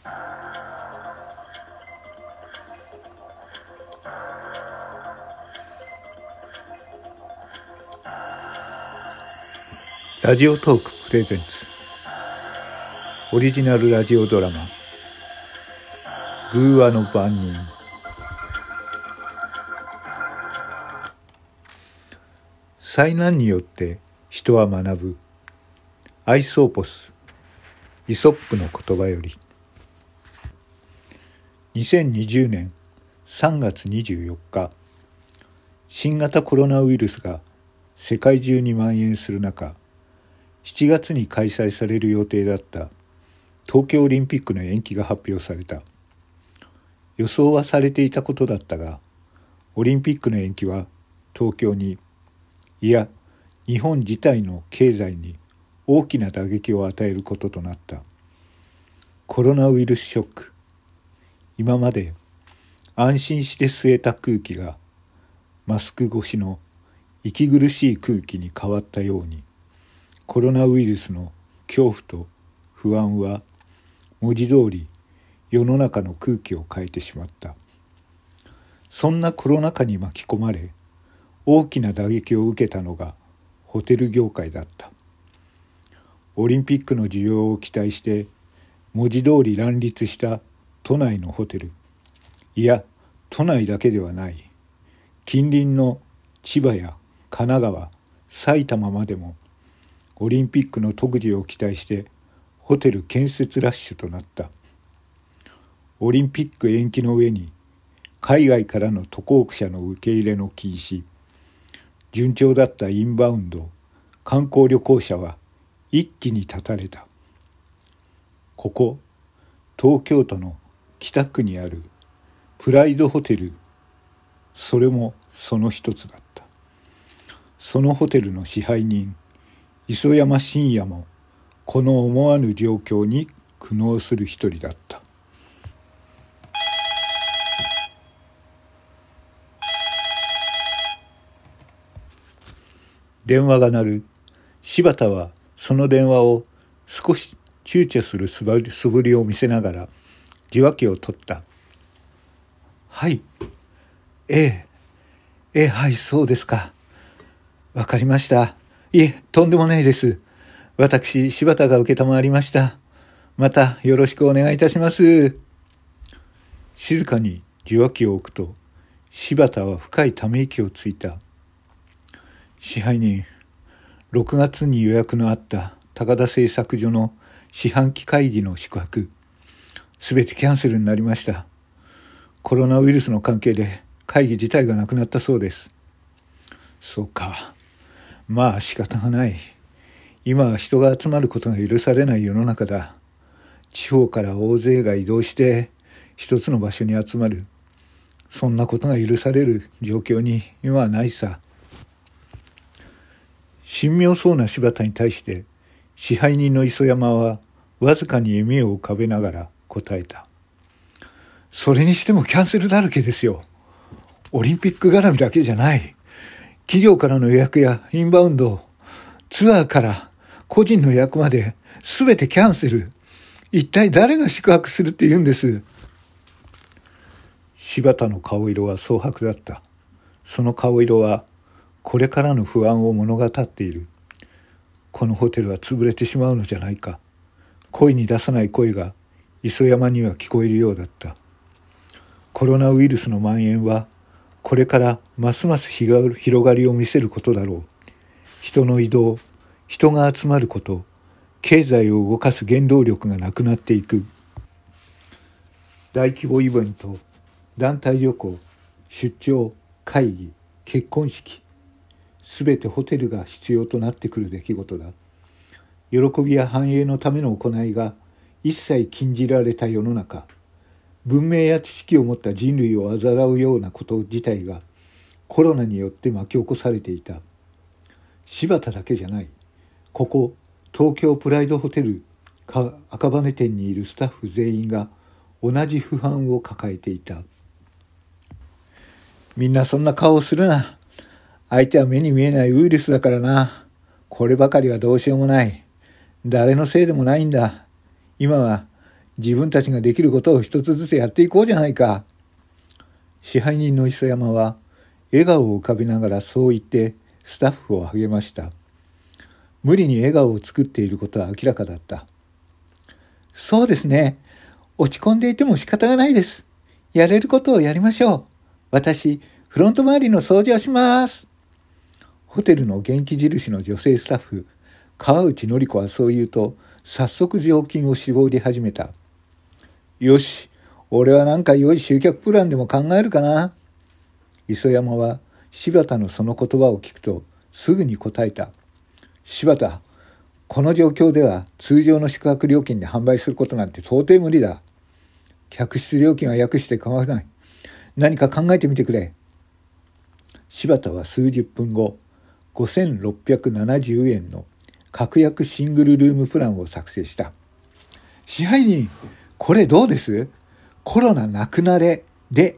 ラジオトークプレゼンツオリジナルラジオドラマ偶話の番人。災難によって人は学ぶ。アイソーポスイソップの言葉より。2020年3月24日、新型コロナウイルスが世界中に蔓延する中、7月に開催される予定だった東京オリンピックの延期が発表された。予想はされていたことだったが、オリンピックの延期は東京に、いや日本自体の経済に大きな打撃を与えることとなった。コロナウイルスショック。今まで安心して吸えた空気がマスク越しの息苦しい空気に変わったように、コロナウイルスの恐怖と不安は文字通り世の中の空気を変えてしまった。そんなコロナ禍に巻き込まれ、大きな打撃を受けたのがホテル業界だった。オリンピックの需要を期待して文字通り乱立した都内のホテル。いや、都内だけではない。近隣の千葉や神奈川、埼玉までもオリンピックの特需を期待してホテル建設ラッシュとなった。オリンピック延期の上に海外からの渡航者の受け入れの禁止、順調だったインバウンド、観光旅行者は一気に断たれた。ここ東京都の北区にあるプライドホテル、それもその一つだった。そのホテルの支配人磯山信也もこの思わぬ状況に苦悩する一人だった。電話が鳴る。柴田はその電話を少し躊躇する素振りを見せながら受話器を取った。はい、はい、そうですか。わかりました。いえ、とんでもないです。私、柴田が承りました。またよろしくお願いいたします。静かに受話器を置くと、柴田は深いため息をついた。支配人、6月に予約のあった高田製作所の四半期会議の宿泊、すべてキャンセルになりました。コロナウイルスの関係で会議自体がなくなったそうです。そうか。まあ仕方がない。今は人が集まることが許されない世の中だ。地方から大勢が移動して一つの場所に集まる。そんなことが許される状況に今はないさ。神妙そうな柴田に対して支配人の磯山はわずかに笑みを浮かべながら答えた。それにしてもキャンセルだらけですよ。オリンピック絡みだけじゃない。企業からの予約やインバウンド、ツアーから個人の予約まで全てキャンセル。一体誰が宿泊するって言うんです。柴田の顔色は蒼白だった。その顔色はこれからの不安を物語っている。このホテルは潰れてしまうのじゃないか。声に出さない声が磯山には聞こえるようだった。コロナウイルスの蔓延はこれからますます広がりを見せることだろう。人の移動、人が集まること、経済を動かす原動力がなくなっていく。大規模イベント、団体旅行、出張、会議、結婚式、すべてホテルが必要となってくる出来事だ。喜びや繁栄のための行いが一切禁じられた世の中、文明や知識を持った人類を嘲笑うようなこと自体がコロナによって巻き起こされていた。柴田だけじゃない。ここ東京プライドホテル赤羽店にいるスタッフ全員が同じ不安を抱えていた。みんなそんな顔をするな。相手は目に見えないウイルスだからな。こればかりはどうしようもない。誰のせいでもないんだ。今は自分たちができることを一つずつやっていこうじゃないか。支配人の磯山は笑顔を浮かべながらそう言ってスタッフを励ました。無理に笑顔を作っていることは明らかだった。そうですね。落ち込んでいても仕方がないです。やれることをやりましょう。私、フロント周りの掃除をします。ホテルの元気印の女性スタッフ、川内典子はそう言うと、早速雑巾を絞り始めた。よし、俺はなんか良い集客プランでも考えるかな。磯山は柴田のその言葉を聞くとすぐに答えた。柴田、この状況では通常の宿泊料金で販売することなんて到底無理だ。客室料金は訳して構わない。何か考えてみてくれ。柴田は数十分後、5670円の確約シングルルームプランを作成した。支配人、これどうです？コロナなくなれで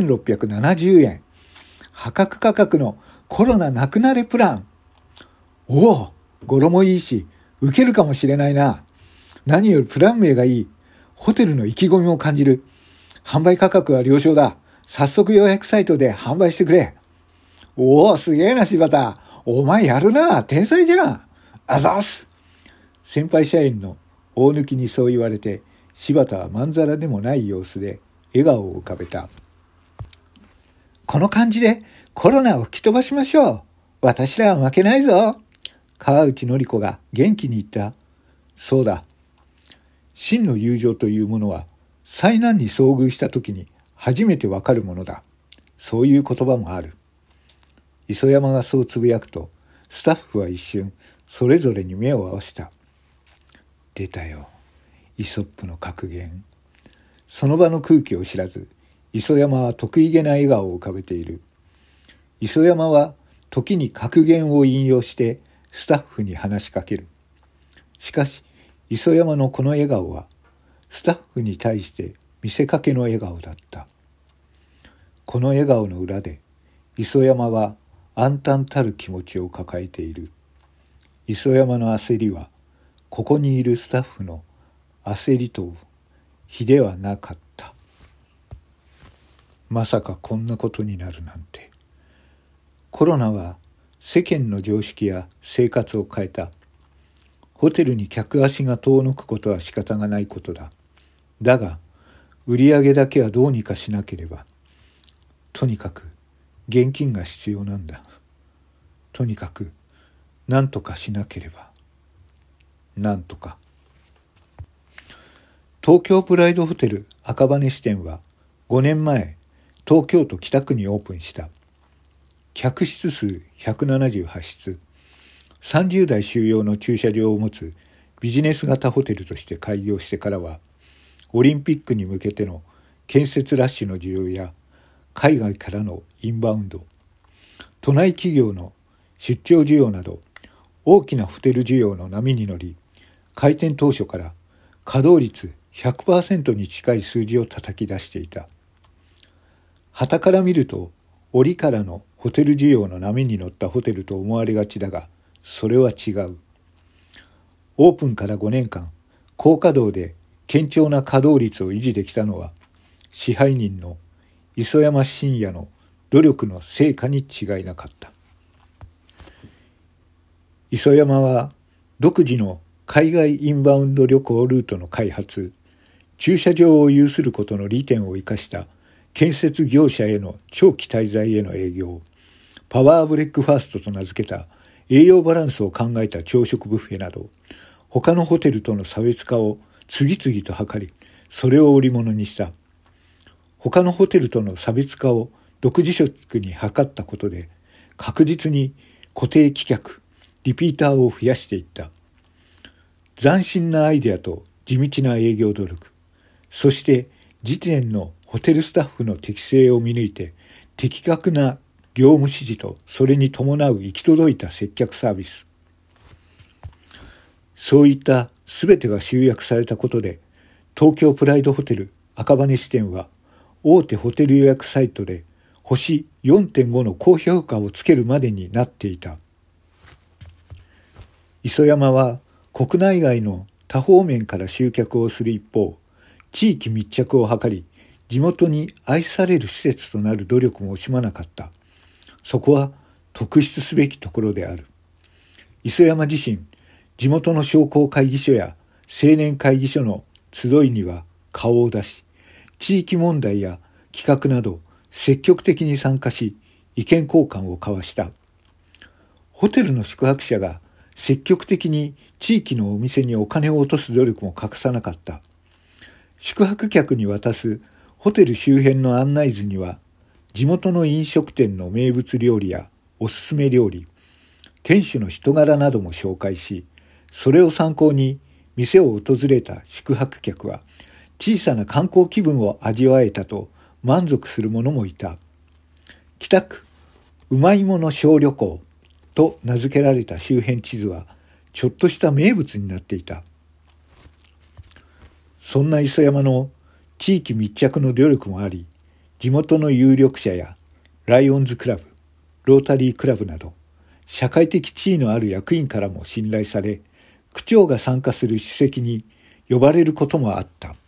5670円。破格価格のコロナなくなれプラン。おお、語呂もいいし、受けるかもしれないな。何よりプラン名がいい。ホテルの意気込みも感じる。販売価格は了承だ。早速予約サイトで販売してくれ。おお、すげえな柴田。お前やるな。天才じゃん。あざーす。先輩社員の大貫にそう言われて、柴田はまんざらでもない様子で笑顔を浮かべた。この感じでコロナを吹き飛ばしましょう。私らは負けないぞ。川内典子が元気に言った。そうだ。真の友情というものは災難に遭遇した時に初めてわかるものだ。そういう言葉もある。磯山がそうつぶやくと、スタッフは一瞬それぞれに目を合わせた。出たよ。イソップの格言。その場の空気を知らず、磯山は得意げな笑顔を浮かべている。磯山は時に格言を引用してスタッフに話しかける。しかし、磯山のこの笑顔はスタッフに対して見せかけの笑顔だった。この笑顔の裏で磯山は暗淡たる気持ちを抱えている。磯山の焦りはここにいるスタッフの焦りと比ではなかった。まさかこんなことになるなんて。コロナは世間の常識や生活を変えた。ホテルに客足が遠のくことは仕方がないことだ。だが、売り上げだけはどうにかしなければ。とにかく現金が必要なんだ。とにかく何とかしなければ。なんとか。東京プライドホテル赤羽支店は5年前、東京都北区にオープンした。客室数178室、30台収容の駐車場を持つビジネス型ホテルとして開業してからは、オリンピックに向けての建設ラッシュの需要や海外からのインバウンド、都内企業の出張需要など大きなホテル需要の波に乗り、開店当初から稼働率100% に近い数字を叩き出していた。傍から見ると折からのホテル需要の波に乗ったホテルと思われがちだが、それは違う。オープンから5年間、高稼働で堅調な稼働率を維持できたのは、支配人の磯山信也の努力の成果に違いなかった。磯山は独自の海外インバウンド旅行ルートの開発、駐車場を有することの利点を生かした建設業者への長期滞在への営業、パワーブレックファーストと名付けた栄養バランスを考えた朝食ブッフェなど、他のホテルとの差別化を次々と図り、それを売り物にした。他のホテルとの差別化を独自色に図ったことで、確実に固定顧客、リピーターを増やしていった。斬新なアイデアと地道な営業努力、そして時点のホテルスタッフの適性を見抜いて、的確な業務指示とそれに伴う行き届いた接客サービス。そういった全てが集約されたことで、東京プライドホテル赤羽支店は大手ホテル予約サイトで星 4.5 の高評価をつけるまでになっていた。磯山は国内外の多方面から集客をする一方、 地域密着を図り、地元に愛される施設となる努力も惜しまなかった。そこは特筆すべきところである。磯山自身、地元の商工会議所や青年会議所の集いには顔を出し、地域問題や企画など積極的に参加し、意見交換を交わした。ホテルの宿泊者が積極的に地域のお店にお金を落とす努力も欠かさなかった。宿泊客に渡すホテル周辺の案内図には、地元の飲食店の名物料理やおすすめ料理、店主の人柄なども紹介し、それを参考に店を訪れた宿泊客は小さな観光気分を味わえたと満足する者もいた。北区うまいもの小旅行と名付けられた周辺地図はちょっとした名物になっていた。そんな磯山の地域密着の努力もあり、地元の有力者やライオンズクラブ、ロータリークラブなど社会的地位のある役員からも信頼され、区長が参加する主席に呼ばれることもあった。